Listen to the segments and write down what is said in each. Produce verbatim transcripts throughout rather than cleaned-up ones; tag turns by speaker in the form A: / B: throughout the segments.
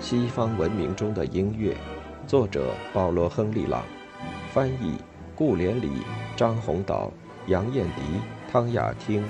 A: 西方文明中的音乐，作者保罗·亨利·朗，翻译顾连理、张宏导、杨燕迪、汤雅汀。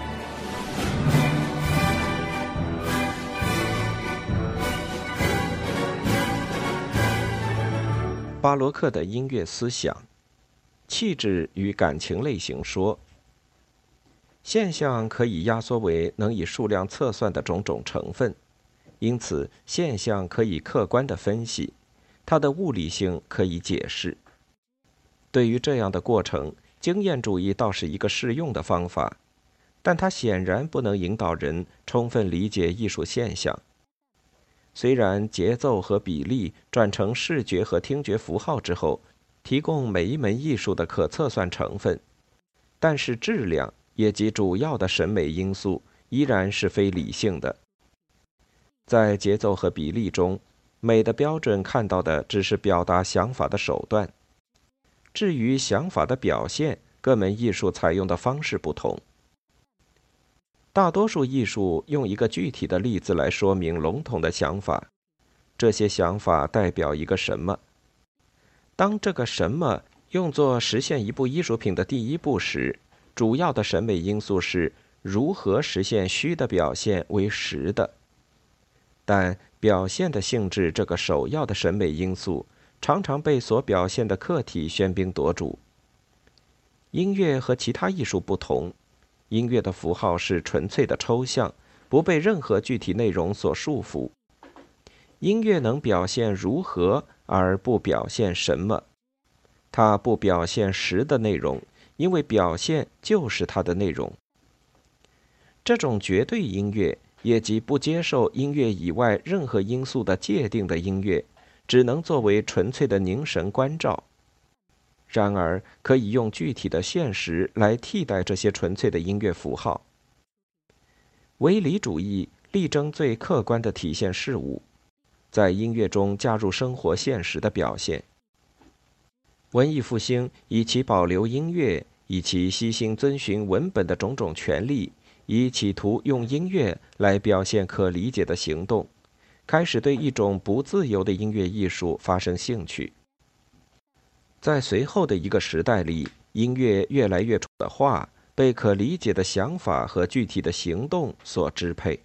A: 巴洛克的音乐思想，气质与感情类型说。现象可以压缩为能以数量测算的种种成分，因此现象可以客观地分析，它的物理性可以解释。对于这样的过程，经验主义倒是一个适用的方法，但它显然不能引导人充分理解艺术现象。虽然节奏和比例转成视觉和听觉符号之后，提供每一门艺术的可测算成分，但是质量也即主要的审美因素依然是非理性的。在节奏和比例中，美的标准看到的只是表达想法的手段，至于想法的表现，各门艺术采用的方式不同。大多数艺术用一个具体的例子来说明笼统的想法，这些想法代表一个什么。当这个什么用作实现一部艺术品的第一步时，主要的审美因素是如何实现虚的表现为实的。但表现的性质这个首要的审美因素，常常被所表现的客体喧宾夺主。音乐和其他艺术不同，音乐的符号是纯粹的抽象，不被任何具体内容所束缚。音乐能表现如何，而不表现什么。它不表现实的内容，因为表现就是它的内容。这种绝对音乐，也即不接受音乐以外任何因素的界定的音乐，只能作为纯粹的凝神关照。然而，可以用具体的现实来替代这些纯粹的音乐符号。唯理主义力争最客观地体现事物，在音乐中加入生活现实的表现。文艺复兴以其保留音乐，以其悉心遵循文本的种种权利，以企图用音乐来表现可理解的行动，开始对一种不自由的音乐艺术发生兴趣。在随后的一个时代里，音乐越来越的化，被可理解的想法和具体的行动所支配。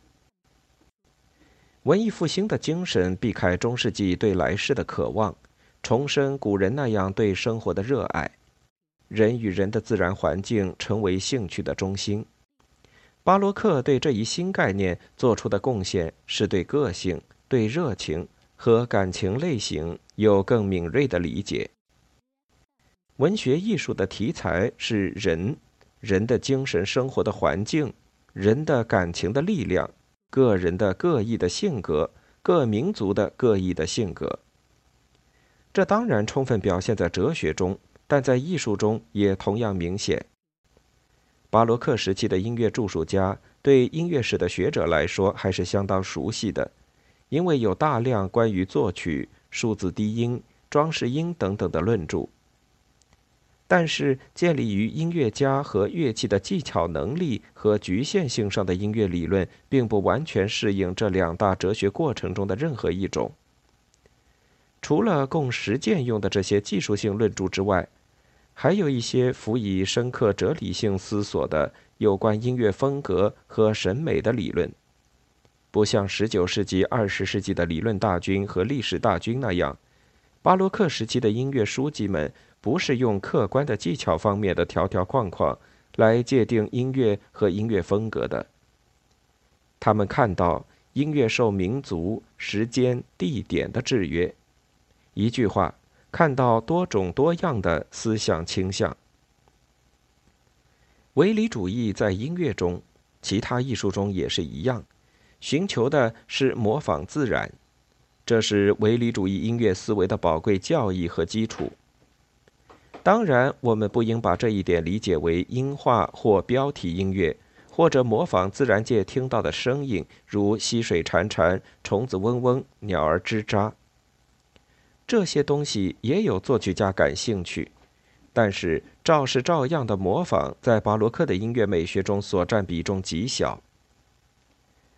A: 文艺复兴的精神避开中世纪对来世的渴望，重申古人那样对生活的热爱，人与人的自然环境成为兴趣的中心。巴洛克对这一新概念做出的贡献是对个性、对热情和感情类型有更敏锐的理解。文学艺术的题材是人，人的精神生活的环境，人的感情的力量，个人的各异的性格，各民族的各异的性格。这当然充分表现在哲学中，但在艺术中也同样明显。巴洛克时期的音乐著述家对音乐史的学者来说还是相当熟悉的，因为有大量关于作曲、数字低音、装饰音等等的论著。但是建立于音乐家和乐器的技巧能力和局限性上的音乐理论，并不完全适应这两大哲学过程中的任何一种。除了供实践用的这些技术性论著之外，还有一些辅以深刻哲理性思索的有关音乐风格和审美的理论。不像十九世纪、二十世纪的理论大军和历史大军那样，巴洛克时期的音乐书籍们不是用客观的技巧方面的条条框框来界定音乐和音乐风格的。他们看到音乐受民族、时间、地点的制约，一句话，看到多种多样的思想倾向。唯理主义在音乐中，其他艺术中也是一样，寻求的是模仿自然，这是唯理主义音乐思维的宝贵教义和基础。当然，我们不应把这一点理解为音画或标题音乐，或者模仿自然界听到的声音，如溪水潺潺、虫子嗡嗡、鸟儿吱喳。这些东西也有作曲家感兴趣，但是照是照样的模仿在巴洛克的音乐美学中所占比重极小。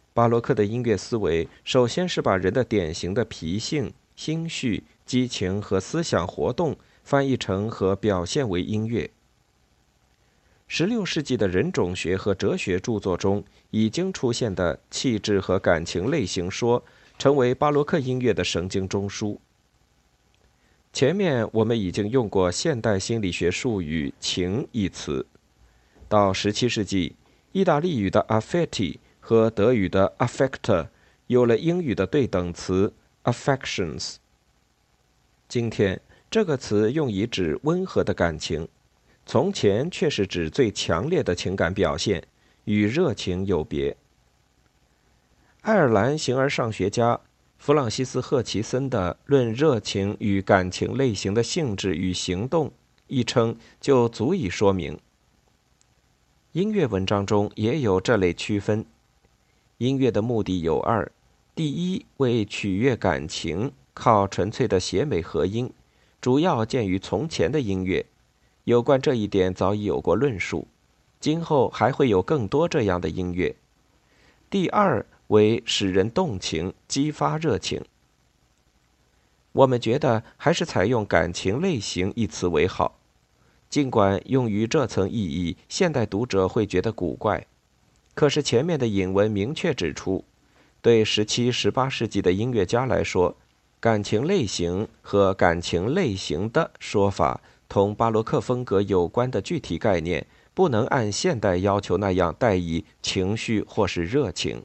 A: 巴洛克的音乐思维首先是把人的典型的脾性、心绪、激情和思想活动翻译成和表现为音乐。十六世纪的人种学和哲学著作中已经出现的气质和感情类型说，成为巴洛克音乐的神经中枢。前面我们已经用过现代心理学术语“情”一词。到十七世纪，意大利语的 affetti 和德语的 affect 有了英语的对等词 affections。今天，这个词用以指温和的感情，从前却是指最强烈的情感表现，与热情有别。爱尔兰形而上学家弗朗西斯·赫奇森的《论热情与感情类型的性质与行动》一称就足以说明。音乐文章中也有这类区分。音乐的目的有二：第一，为取悦感情，靠纯粹的谐美和音，主要见于从前的音乐。有关这一点早已有过论述，今后还会有更多这样的音乐。第二，为使人动情，激发热情。我们觉得还是采用感情类型一词为好，尽管用于这层意义，现代读者会觉得古怪。可是前面的引文明确指出，对十七、十八世纪的音乐家来说，感情类型和感情类型的说法同巴洛克风格有关的具体概念，不能按现代要求那样代以情绪或是热情。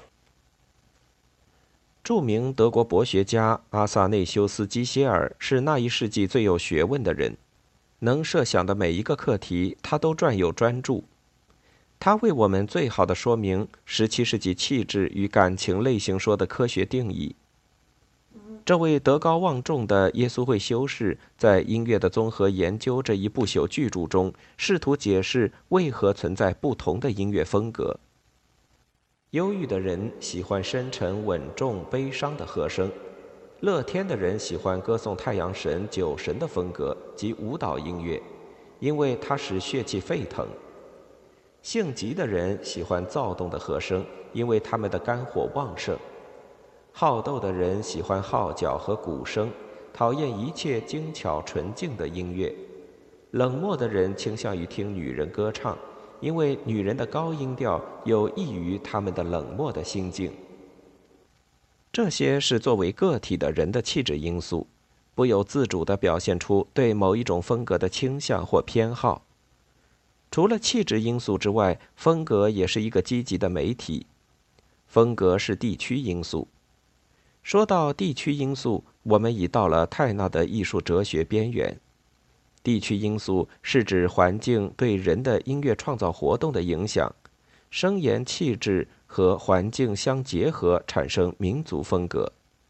A: 著名德国博学家阿萨内修斯·基歇尔是那一世纪最有学问的人，能设想的每一个课题他都撰有专著。他为我们最好地说明十七世纪气质与感情类型说的科学定义。这位德高望重的耶稣会修士在《音乐的综合研究》这一不朽巨著中，试图解释为何存在不同的音乐风格。忧郁的人喜欢深沉、稳重、悲伤的和声，乐天的人喜欢歌颂太阳神、酒神的风格及舞蹈音乐，因为它使血气沸腾。性急的人喜欢躁动的和声，因为他们的肝火旺盛。好斗的人喜欢号角和鼓声，讨厌一切精巧纯净的音乐。冷漠的人倾向于听女人歌唱，因为女人的高音调有益于他们的冷漠的心境。这些是作为个体的人的气质因素，不由自主地表现出对某一种风格的倾向或偏好。除了气质因素之外，风格也是一个积极的媒体。风格是地区因素。说到地区因素，我们已到了泰纳的艺术哲学边缘。地区因素是指环境对人的音乐创造活动的影响，声言气质和环境相结合，产生民族风格。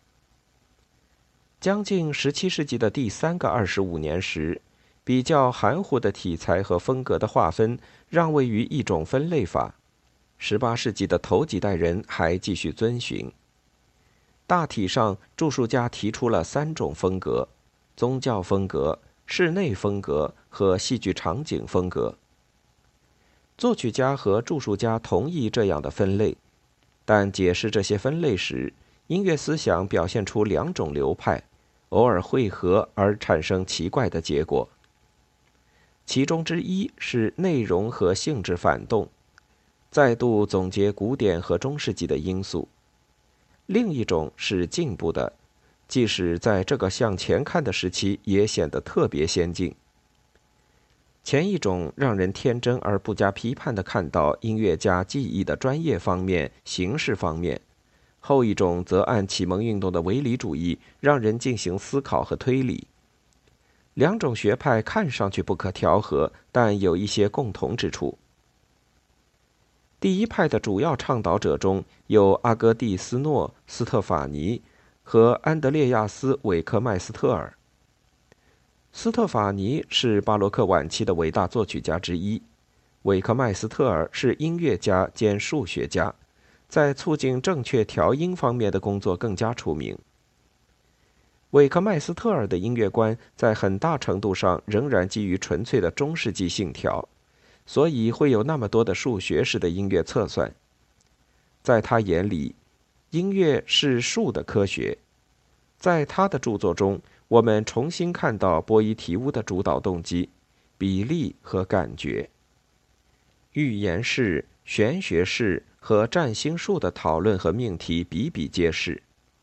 A: 将近十七世纪的第三个二十五年时，比较含糊的题材和风格的划分让位于一种分类法。十八世纪的头几代人还继续遵循。大体上，著述家提出了三种风格：宗教风格、室内风格和戏剧场景风格。作曲家和著述家同意这样的分类，但解释这些分类时，音乐思想表现出两种流派，偶尔汇合而产生奇怪的结果。其中之一是内容和性质反动，再度总结古典和中世纪的因素。另一种是进步的，即使在这个向前看的时期也显得特别先进。前一种让人天真而不加批判地看到音乐家技艺的专业方面、形式方面，后一种则按启蒙运动的唯理主义让人进行思考和推理。两种学派看上去不可调和，但有一些共同之处。第一派的主要倡导者中有阿戈蒂斯诺·斯特法尼和安德烈亚斯·韦克麦斯特尔。斯特法尼是巴洛克晚期的伟大作曲家之一，韦克麦斯特尔是音乐家兼数学家，在促进正确调音方面的工作更加出名。韦克麦斯特尔的音乐观在很大程度上仍然基于纯粹的中世纪信条，所以会有那么多的数学式的音乐测算。在他眼里， 音乐是术的科学。在他的著作中，我们重新看到波伊提乌的主导动机、比例和感觉。预言式、玄学式和占星术的讨论和命题比比皆是。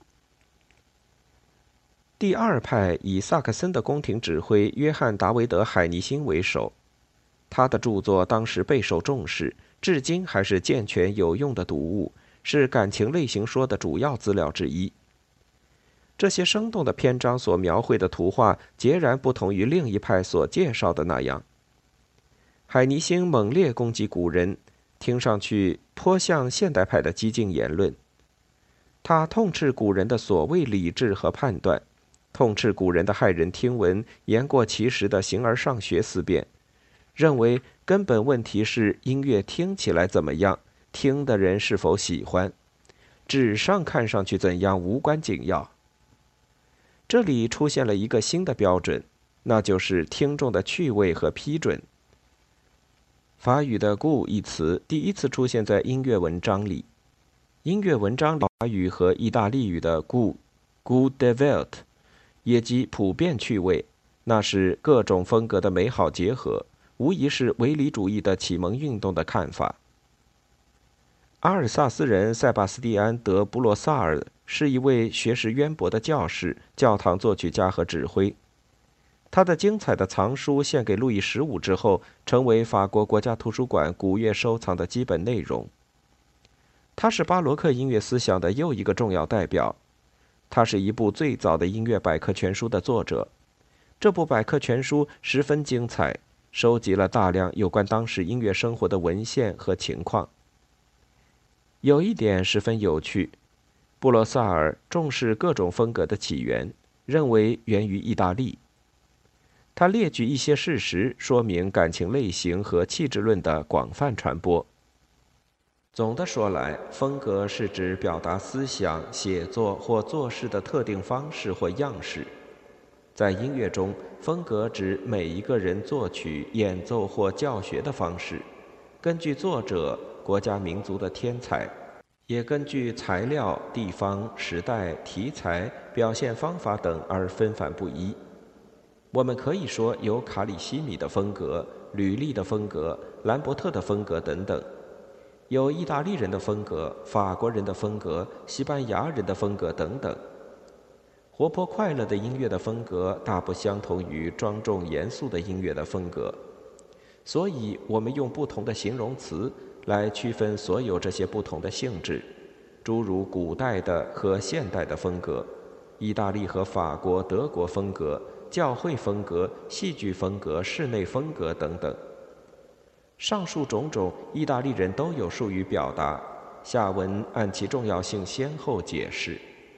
A: 第二派以萨克森的宫廷指挥约翰·达维德·海尼辛为首，他的著作当时备受重视，至今还是健全有用的读物，是感情类型说的主要资料之一。这些生动的篇章所描绘的图画截然不同于另一派所介绍的那样。海尼辛猛烈攻击古人，听上去颇像现代派的激进言论。他痛斥古人的所谓理智和判断，痛斥古人的骇人听闻、言过其实的形而上学思辨，认为根本问题是音乐听起来怎么样，听的人是否喜欢，纸上看上去怎样无关紧要。这里出现了一个新的标准，那就是听众的趣味和批准。法语的 goût 一词第一次出现在音乐文章里，音乐文章里法语和意大利语的 goût、goût de vert， 也即普遍趣味，那是各种风格的美好结合，无疑是唯理主义的启蒙运动的看法。阿尔萨斯人塞巴斯蒂安·德·布洛萨尔是一位学识渊博的教士、教堂作曲家和指挥。他的精彩的藏书献给路易十五之后，成为法国国家图书馆古乐收藏的基本内容。他是巴洛克音乐思想的又一个重要代表。他是一部最早的音乐百科全书的作者。这部百科全书十分精彩，收集了大量有关当时音乐生活的文献和情况。有一点十分有趣，布洛萨尔重视各种风格的起源，认为源于意大利。他列举一些事实，说明感情类型和气质论的广泛传播。总的说来，风格是指表达思想、写作或做事的特定方式或样式。在音乐中，风格指每一个人作曲、演奏或教学的方式，根据作者、国家民族的天才，也根据材料、地方、时代、题材、表现方法等而纷繁不一。我们可以说有卡里西米的风格、吕利的风格、兰伯特的风格等等，有意大利人的风格、法国人的风格、西班牙人的风格等等。活泼快乐的音乐的风格大不相同于庄重严肃的音乐的风格，所以我们用不同的形容词来区分所有这些不同的性质，诸如古代的和现代的风格、意大利和法国、德国风格、教会风格、戏剧风格、室内风格等等。上述种种，意大利人都有术语表达，下文按其重要性先后解释。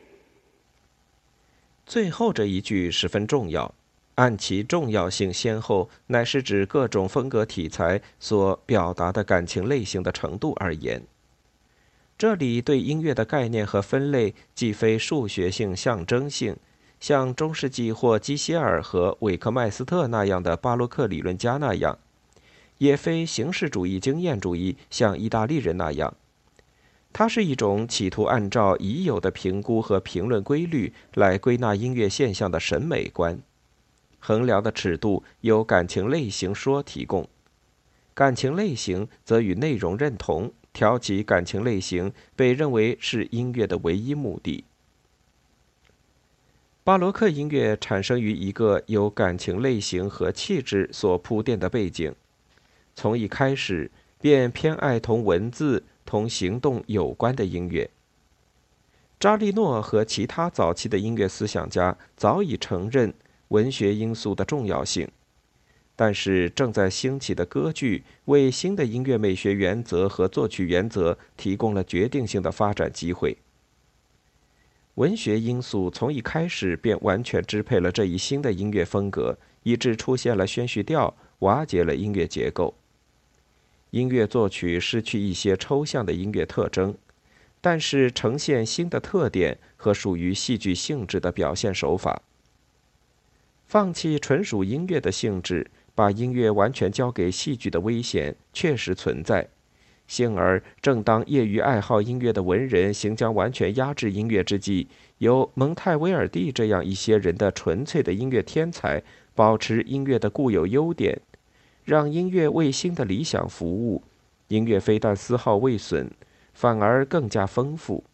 A: 最后这一句十分重要，按其重要性先后，乃是指各种风格题材所表达的感情类型的程度而言。这里对音乐的概念和分类，既非数学性、象征性，像中世纪或基希尔和韦克麦斯特那样的巴洛克理论家那样，也非形式主义经验主义，像意大利人那样。它是一种企图按照已有的评估和评论规律来归纳音乐现象的审美观。衡量的尺度由感情类型说提供，感情类型则与内容认同，挑起感情类型被认为是音乐的唯一目的。巴洛克音乐产生于一个由感情类型和气质所铺垫的背景，从一开始便偏爱同文字、同行动有关的音乐。扎利诺和其他早期的音乐思想家早已承认文学因素的重要性，但是正在兴起的歌剧为新的音乐美学原则和作曲原则提供了决定性的发展机会。文学因素从一开始便完全支配了这一新的音乐风格，以致出现了宣叙调，瓦解了音乐结构。音乐作曲失去一些抽象的音乐特征，但是呈现新的特点和属于戏剧性质的表现手法。放弃纯属音乐的性质，把音乐完全交给戏剧的危险确实存在。 幸而，正当业余爱好音乐的文人行将完全压制音乐之际，有蒙泰维尔第这样一些人的纯粹的音乐天才，保持音乐的固有优点，让音乐为新的理想服务，音乐非但丝毫未损，反而更加丰富。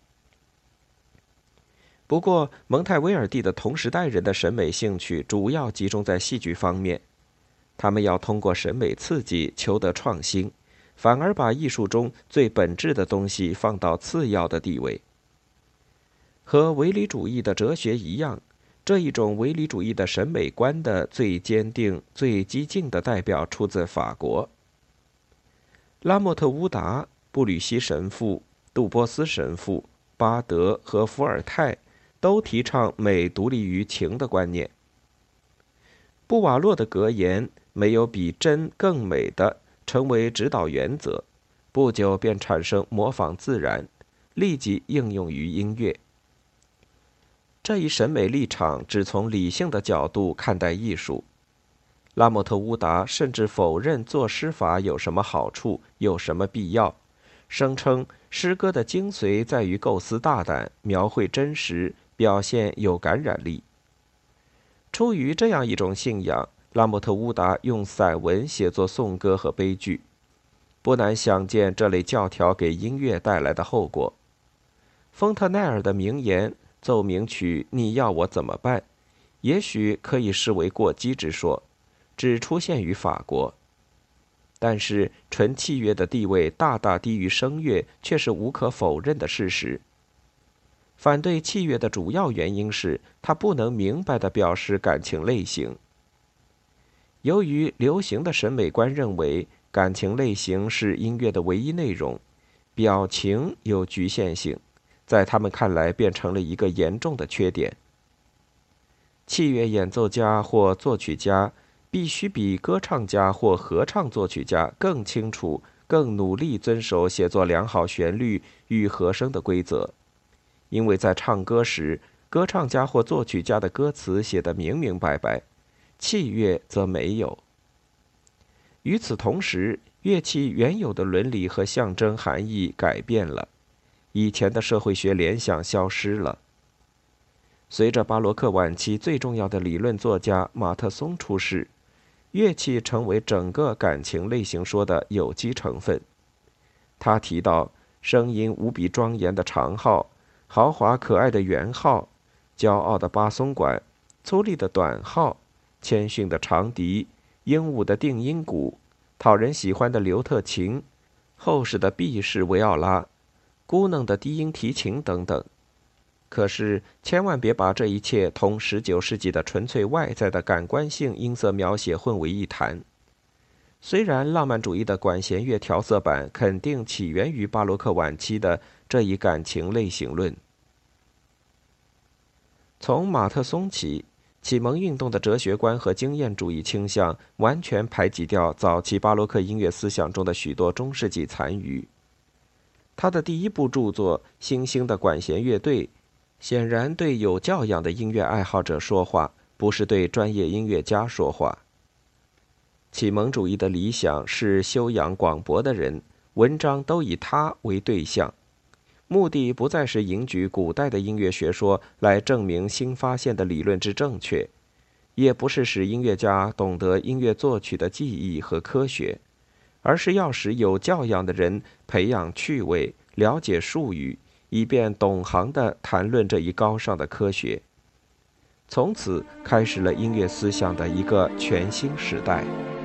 A: 不过，蒙泰维尔第的同时代人的审美兴趣主要集中在戏剧方面，他们要通过审美刺激求得创新，反而把艺术中最本质的东西放到次要的地位。和唯理主义的哲学一样，这一种唯理主义的审美观的最坚定、最激进的代表出自法国。拉莫特乌达、布吕西神父、杜波斯神父、巴德和伏尔泰都提倡美独立于情的观念。布瓦洛的格言“没有比真更美的”成为指导原则，不久便产生模仿自然，立即应用于音乐。这一审美立场只从理性的角度看待艺术。拉莫特乌达甚至否认作诗法有什么好处，有什么必要，声称诗歌的精髓在于构思大胆，描绘真实，表现有感染力。出于这样一种信仰，拉莫特乌达用散文写作颂歌和悲剧，不难想见这类教条给音乐带来的后果。丰特奈尔的名言奏鸣曲你要我怎么办，也许可以视为过激之说，只出现于法国。但是纯器乐的地位大大低于声乐，却是无可否认的事实。反对器乐的主要原因是，它不能明白地表示感情类型。由于流行的审美观认为感情类型是音乐的唯一内容，表情有局限性，在他们看来变成了一个严重的缺点。器乐演奏家或作曲家必须比歌唱家或合唱作曲家更清楚、更努力遵守写作良好旋律与和声的规则，因为在唱歌时，歌唱家或作曲家的歌词写得明明白白，器乐则没有。与此同时，乐器原有的伦理和象征含义改变了，以前的社会学联想消失了。随着巴洛克晚期最重要的理论作家马特松出世，乐器成为整个感情类型说的有机成分。他提到声音无比庄严的长号、豪华可爱的圆号、骄傲的巴松管、粗粝的短号、谦逊的长笛、鹦鹉的定音鼓、讨人喜欢的刘特琴、厚实的 B 式维奥拉、咕哝的低音提琴等等。可是千万别把这一切同十九世纪的纯粹外在的感官性音色描写混为一谈。虽然浪漫主义的管弦乐调色板肯定起源于巴洛克晚期的这一感情类型论。从马特松起，启蒙运动的哲学观和经验主义倾向完全排挤掉早期巴洛克音乐思想中的许多中世纪残余。他的第一部著作《新兴的管弦乐队》显然对有教养的音乐爱好者说话，不是对专业音乐家说话。启蒙主义的理想是修养广博的人，文章都以他为对象，目的不再是引举古代的音乐学说来证明新发现的理论之正确，也不是使音乐家懂得音乐作曲的技艺和科学，而是要使有教养的人培养趣味，了解术语，以便懂行地谈论这一高尚的科学。从此开始了音乐思想的一个全新时代。